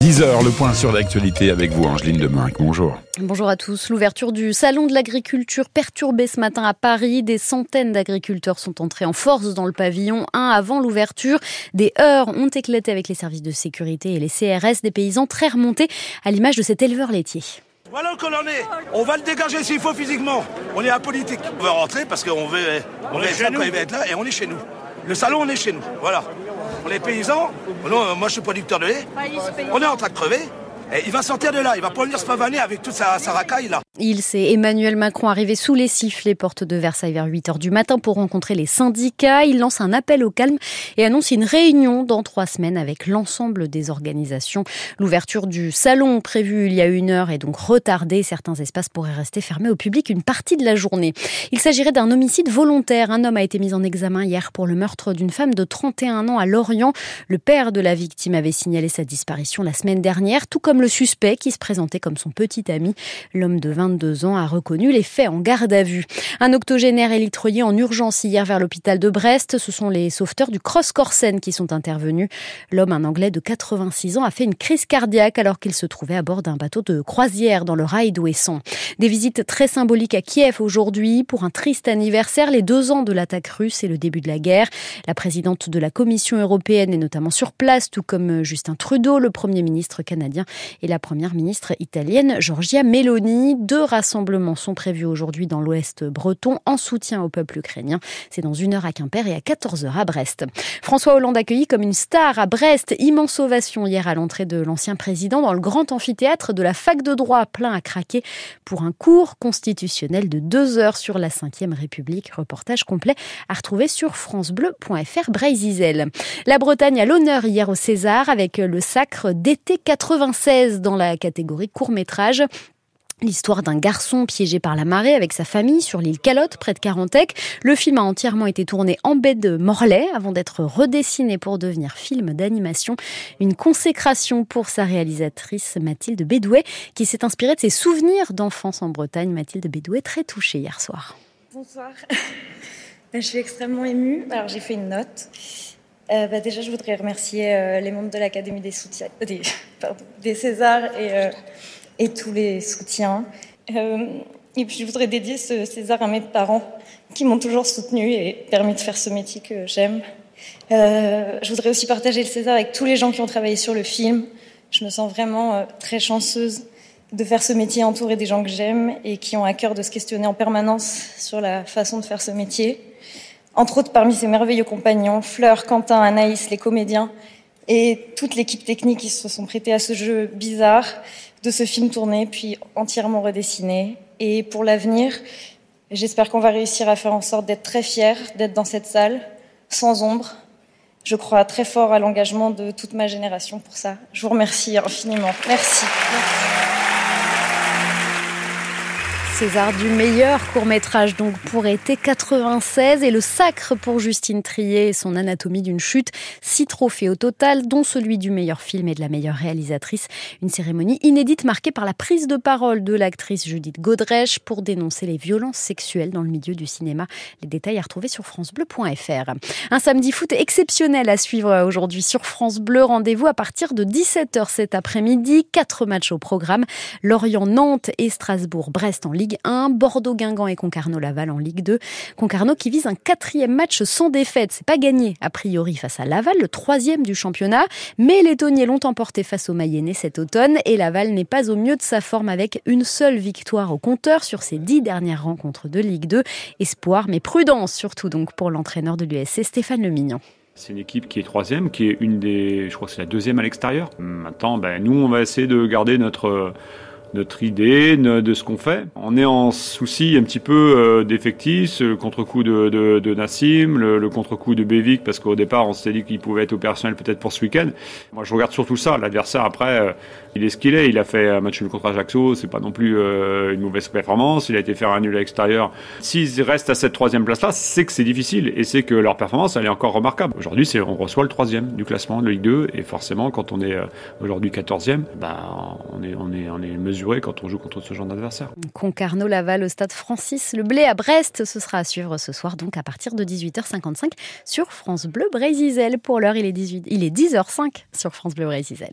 10h, le point sur l'actualité avec vous, Angeline Demeurec. Bonjour. Bonjour à tous. L'ouverture du Salon de l'agriculture perturbée ce matin à Paris. Des centaines d'agriculteurs sont entrés en force dans le pavillon 1 avant l'ouverture. Des heurts ont éclaté avec les services de sécurité et les CRS. Des paysans très remontés à l'image de cet éleveur laitier. Voilà qu'on en est. On va le dégager s'il faut physiquement. On est apolitique. On veut rentrer parce qu'on veut être là quand il va être là et on est chez nous. Le salon, on est chez nous. Voilà. On est paysans. Non, moi, je suis producteur de lait. On est en train de crever. Et il va sortir de là. Il va pas venir se pavaner avec toute sa racaille là. C'est Emmanuel Macron arrivé sous les sifflets portes de Versailles vers 8h du matin pour rencontrer les syndicats. Il lance un appel au calme et annonce une réunion dans 3 semaines avec l'ensemble des organisations. L'ouverture du salon prévue il y a 1 heure est donc retardée. Certains espaces pourraient rester fermés au public une partie de la journée. Il s'agirait d'un homicide volontaire. Un homme a été mis en examen hier pour le meurtre d'une femme de 31 ans à Lorient. Le père de la victime avait signalé sa disparition la semaine dernière, tout comme le suspect qui se présentait comme son petit ami. L'homme de 22 ans a reconnu les faits en garde à vue. Un octogénaire est litroyé en urgence hier vers l'hôpital de Brest. Ce sont les sauveteurs du Cross Corsen qui sont intervenus. L'homme, un Anglais de 86 ans, a fait une crise cardiaque alors qu'il se trouvait à bord d'un bateau de croisière dans le rail d'Ouessant. Des visites très symboliques à Kiev aujourd'hui pour un triste anniversaire, les 2 ans de l'attaque russe et le début de la guerre. La présidente de la Commission européenne est notamment sur place, tout comme Justin Trudeau, le Premier ministre canadien et la Première ministre italienne Giorgia Meloni. 2 rassemblements sont prévus aujourd'hui dans l'Ouest breton en soutien au peuple ukrainien. C'est dans 1 heure à Quimper et à 14h à Brest. François Hollande accueilli comme une star à Brest. Immense ovation hier à l'entrée de l'ancien président dans le grand amphithéâtre de la fac de droit, plein à craquer pour un cours constitutionnel de 2 heures sur la 5e République. Reportage complet à retrouver sur francebleu.fr Brésil. La Bretagne à l'honneur hier au César avec le sacre d'été 96 dans la catégorie court-métrage. L'histoire d'un garçon piégé par la marée avec sa famille sur l'île Calotte, près de Carantec. Le film a entièrement été tourné en baie de Morlaix avant d'être redessiné pour devenir film d'animation. Une consécration pour sa réalisatrice Mathilde Bédouet, qui s'est inspirée de ses souvenirs d'enfance en Bretagne. Mathilde Bédouet, très touchée hier soir. Bonsoir. Je suis extrêmement émue. Alors, j'ai fait une note. Déjà, je voudrais remercier les membres de l'Académie des Césars et tous les soutiens. Et puis, je voudrais dédier ce César à mes parents qui m'ont toujours soutenue et permis de faire ce métier que j'aime. Je voudrais aussi partager le César avec tous les gens qui ont travaillé sur le film. Je me sens vraiment très chanceuse de faire ce métier entourée des gens que j'aime et qui ont à cœur de se questionner en permanence sur la façon de faire ce métier. Entre autres, parmi ces merveilleux compagnons, Fleur, Quentin, Anaïs, les comédiens et toute l'équipe technique qui se sont prêtés à ce jeu bizarre de ce film tourné, puis entièrement redessiné. Et pour l'avenir, j'espère qu'on va réussir à faire en sorte d'être très fiers d'être dans cette salle, sans ombre. Je crois très fort à l'engagement de toute ma génération pour ça. Je vous remercie infiniment. Merci. César du meilleur court-métrage donc pour été 96 et le sacre pour Justine Triet et son Anatomie d'une chute. 6 trophées au total, dont celui du meilleur film et de la meilleure réalisatrice. Une cérémonie inédite marquée par la prise de parole de l'actrice Judith Godrèche pour dénoncer les violences sexuelles dans le milieu du cinéma. Les détails à retrouver sur francebleu.fr. Un samedi foot exceptionnel à suivre aujourd'hui sur France Bleu. Rendez-vous à partir de 17h cet après-midi. 4 matchs au programme. Lorient-Nantes et Strasbourg-Brest en Ligue 1, Bordeaux-Guingamp et Concarneau-Laval en Ligue 2. Concarneau qui vise un 4e match sans défaite. C'est pas gagné, a priori, face à Laval, le 3e du championnat. Mais les Tonniers l'ont emporté face aux Mayennais cet automne et Laval n'est pas au mieux de sa forme avec une seule victoire au compteur sur ses 10 dernières rencontres de Ligue 2. Espoir, mais prudence surtout donc pour l'entraîneur de l'USC, Stéphane Lemignon. C'est une équipe qui est 3e, qui est je crois que c'est la 2e à l'extérieur. Maintenant, nous, on va essayer de garder notre idée de ce qu'on fait. On est en souci un petit peu d'effectifs, le contre-coup de Nassim, le contre-coup de Bévic, parce qu'au départ on s'était dit qu'il pouvait être opérationnel peut-être pour ce week-end. Moi je regarde surtout ça, l'adversaire après, il est ce qu'il est, il a fait un match nul contre Ajaccio, c'est pas non plus une mauvaise performance, il a été faire un nul à l'extérieur. S'ils restent à cette 3e place-là, c'est que c'est difficile et c'est que leur performance elle est encore remarquable. Aujourd'hui on reçoit le 3e du classement de Ligue 2 et forcément quand on est aujourd'hui 14e, on est mesuré quand on joue contre ce genre d'adversaire. Concarneau-Laval au stade Francis Leblay à Brest, ce sera à suivre ce soir donc à partir de 18h55 sur France Bleu Brésil. Pour l'heure, il est 10h05 sur France Bleu Brésil.